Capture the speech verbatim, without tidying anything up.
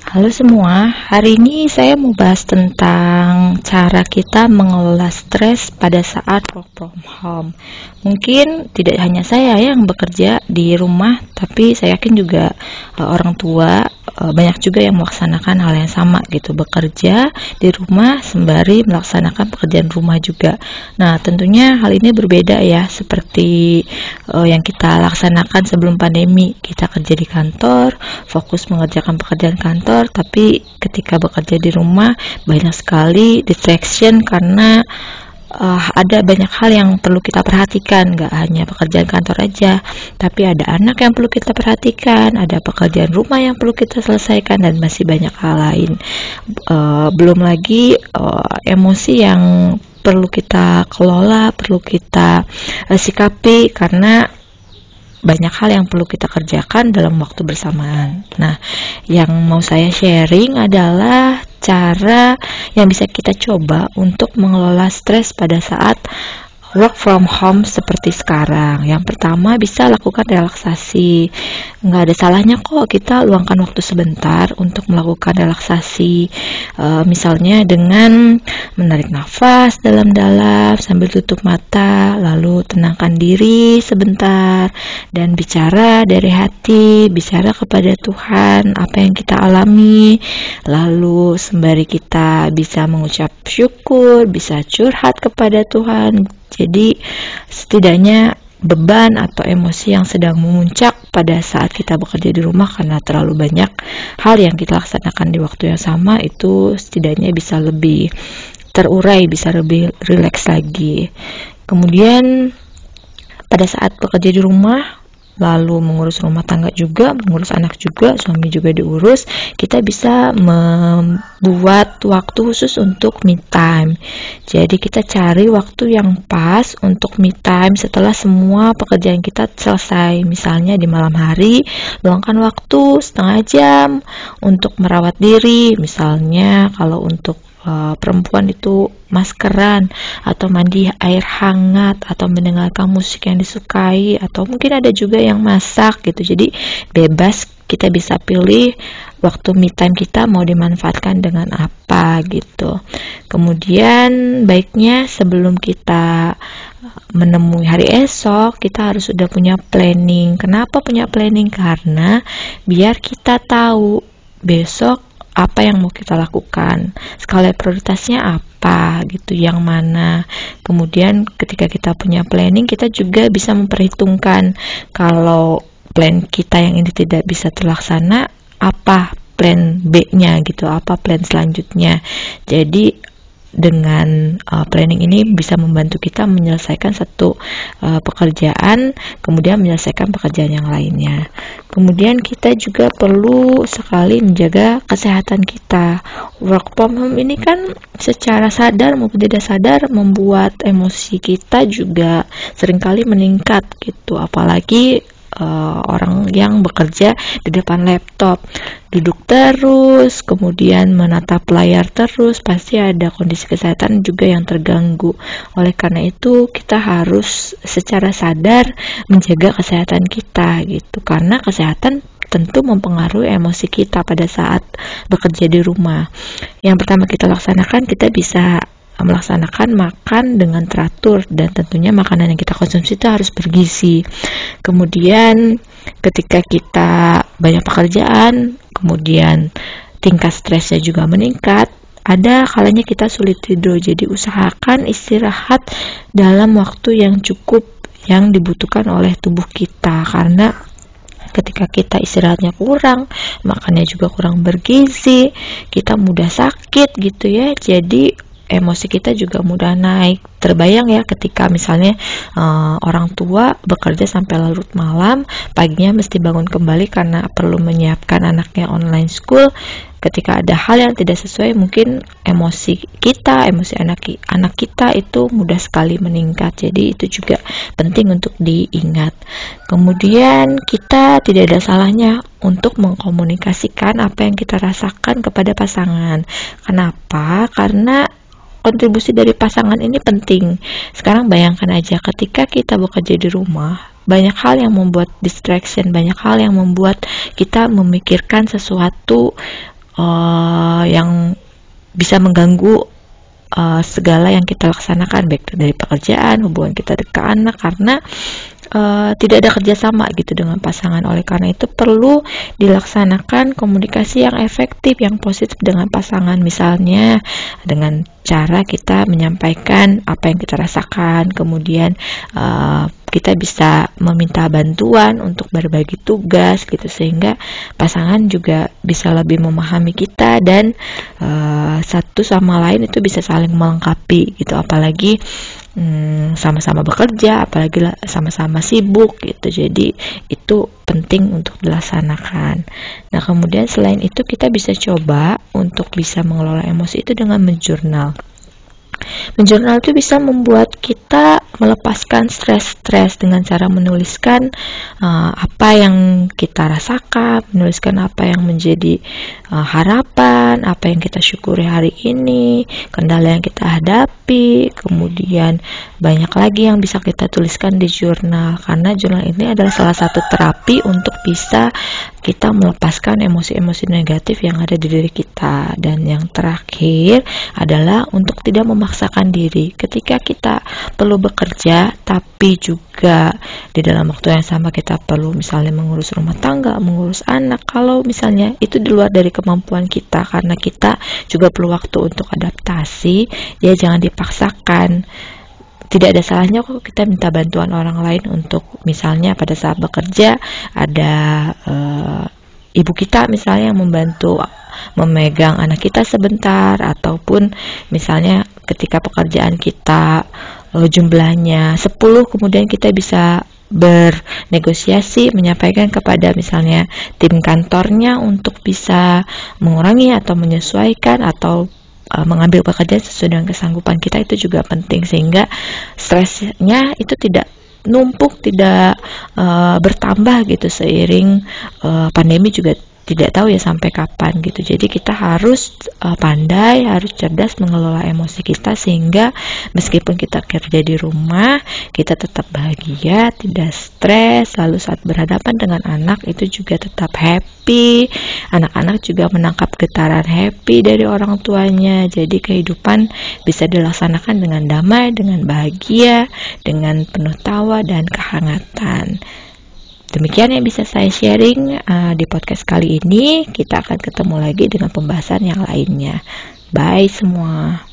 Halo semua, hari ini saya mau bahas tentang cara kita mengelola stres pada saat work from home. Mungkin tidak hanya saya yang bekerja di rumah, tapi saya yakin juga uh, orang tua uh, banyak juga yang melaksanakan hal yang sama gitu, bekerja di rumah sembari melaksanakan pekerjaan rumah juga. Nah, tentunya hal ini berbeda ya, seperti uh, yang kita laksanakan sebelum pandemi. Kita kerja di kantor, fokus mengerjakan pekerjaan kantor, tapi ketika bekerja di rumah banyak sekali distraction karena uh, ada banyak hal yang perlu kita perhatikan, gak hanya pekerjaan kantor aja, tapi ada anak yang perlu kita perhatikan, ada pekerjaan rumah yang perlu kita selesaikan, dan masih banyak hal lain. Uh, belum lagi uh, emosi yang perlu kita kelola, perlu kita uh, sikapi karena banyak hal yang perlu kita kerjakan dalam waktu bersamaan. Nah, yang mau saya sharing adalah cara yang bisa kita coba untuk mengelola stres pada saat work from home seperti sekarang. Yang pertama, bisa lakukan relaksasi. Nggak ada salahnya kok kita luangkan waktu sebentar untuk melakukan relaksasi. E, misalnya dengan menarik nafas dalam-dalam sambil tutup mata, lalu tenangkan diri sebentar dan bicara dari hati, bicara kepada Tuhan apa yang kita alami. Lalu sembari kita bisa mengucap syukur, bisa curhat kepada Tuhan. Jadi setidaknya beban atau emosi yang sedang memuncak pada saat kita bekerja di rumah karena terlalu banyak hal yang kita laksanakan di waktu yang sama, itu setidaknya bisa lebih terurai, bisa lebih rileks lagi. Kemudian pada saat bekerja di rumah, lalu mengurus rumah tangga juga, mengurus anak juga, suami juga diurus, kita bisa membuat waktu khusus untuk me time. Jadi kita cari waktu yang pas untuk me time setelah semua pekerjaan kita selesai. Misalnya di malam hari, luangkan waktu setengah jam untuk merawat diri. Misalnya kalau untuk Uh, perempuan itu maskeran atau mandi air hangat atau mendengarkan musik yang disukai, atau mungkin ada juga yang masak gitu. Jadi bebas, kita bisa pilih waktu me time kita mau dimanfaatkan dengan apa gitu. Kemudian baiknya sebelum kita menemui hari esok, kita harus sudah punya planning. Kenapa punya planning? Karena biar kita tahu besok apa yang mau kita lakukan, skala prioritasnya apa gitu, yang mana. Kemudian ketika kita punya planning, kita juga bisa memperhitungkan kalau plan kita yang ini tidak bisa terlaksana, apa plan B-nya gitu, apa plan selanjutnya. Jadi dengan uh, planning ini bisa membantu kita menyelesaikan satu uh, pekerjaan, kemudian menyelesaikan pekerjaan yang lainnya. Kemudian kita juga perlu sekali menjaga kesehatan kita. Work from home ini kan secara sadar maupun tidak sadar membuat emosi kita juga seringkali meningkat gitu, apalagi Uh, orang yang bekerja di depan laptop, duduk terus, kemudian menatap layar terus, pasti ada kondisi kesehatan juga yang terganggu. Oleh karena itu, kita harus secara sadar menjaga kesehatan kita gitu, karena kesehatan tentu mempengaruhi emosi kita pada saat bekerja di rumah. Yang pertama kita laksanakan, kita bisa melaksanakan makan dengan teratur, dan tentunya makanan yang kita konsumsi itu harus bergizi. Kemudian ketika kita banyak pekerjaan, kemudian tingkat stresnya juga meningkat, ada kalanya kita sulit tidur. Jadi usahakan istirahat dalam waktu yang cukup yang dibutuhkan oleh tubuh kita, karena ketika kita istirahatnya kurang, makannya juga kurang bergizi, kita mudah sakit gitu ya. Jadi emosi kita juga mudah naik. Terbayang ya ketika misalnya uh, orang tua bekerja sampai larut malam, paginya mesti bangun kembali karena perlu menyiapkan anaknya online school. Ketika ada hal yang tidak sesuai, mungkin emosi kita, emosi anak anak kita itu mudah sekali meningkat. Jadi itu juga penting untuk diingat. Kemudian kita tidak ada salahnya untuk mengkomunikasikan apa yang kita rasakan kepada pasangan. Kenapa? Karena kontribusi dari pasangan ini penting. Sekarang bayangkan aja ketika kita bekerja di rumah, banyak hal yang membuat distraction, banyak hal yang membuat kita memikirkan sesuatu uh, yang bisa mengganggu uh, segala yang kita laksanakan, baik dari pekerjaan, hubungan kita ke anak, karena uh, tidak ada kerjasama gitu dengan pasangan. Oleh karena itu perlu dilaksanakan komunikasi yang efektif, yang positif dengan pasangan, misalnya dengan cara kita menyampaikan apa yang kita rasakan, kemudian uh, kita bisa meminta bantuan untuk berbagi tugas gitu, sehingga pasangan juga bisa lebih memahami kita dan uh, satu sama lain itu bisa saling melengkapi gitu, apalagi hmm, sama-sama bekerja, apalagi sama-sama sibuk gitu. Jadi itu penting untuk dilaksanakan. Nah, kemudian selain itu kita bisa coba untuk bisa mengelola emosi itu dengan menjurnal. Menjurnal itu bisa membuat kita melepaskan stres-stres dengan cara menuliskan uh, apa yang kita rasakan, menuliskan apa yang menjadi uh, harapan, apa yang kita syukuri hari ini, kendala yang kita hadapi, kemudian banyak lagi yang bisa kita tuliskan di jurnal, karena jurnal ini adalah salah satu terapi untuk bisa kita melepaskan emosi-emosi negatif yang ada di diri kita. Dan yang terakhir adalah untuk tidak memaksakan diri. Ketika kita perlu bekerja, tapi juga di dalam waktu yang sama kita perlu misalnya mengurus rumah tangga, mengurus anak. Kalau misalnya itu di luar dari kemampuan kita, karena kita juga perlu waktu untuk adaptasi, ya jangan dipaksakan. Tidak ada salahnya kok kita minta bantuan orang lain untuk misalnya pada saat bekerja ada uh, ibu kita misalnya yang membantu memegang anak kita sebentar, ataupun misalnya ketika pekerjaan kita uh, jumlahnya sepuluh, kemudian kita bisa bernegosiasi menyampaikan kepada misalnya tim kantornya untuk bisa mengurangi atau menyesuaikan atau uh, mengambil pekerjaan sesuai dengan kesanggupan kita. Itu juga penting sehingga stresnya itu tidak numpuk, tidak uh, bertambah gitu seiring uh, pandemi juga tidak tahu ya sampai kapan gitu. Jadi kita harus uh, pandai, harus cerdas mengelola emosi kita sehingga meskipun kita kerja di rumah, kita tetap bahagia, tidak stres, lalu saat berhadapan dengan anak itu juga tetap happy. Anak-anak juga menangkap getaran happy dari orang tuanya. Jadi kehidupan bisa dilaksanakan dengan damai, dengan bahagia, dengan penuh tawa dan kehangatan. Demikian yang bisa saya sharing uh, di podcast kali ini. Kita akan ketemu lagi dengan pembahasan yang lainnya. Bye semua.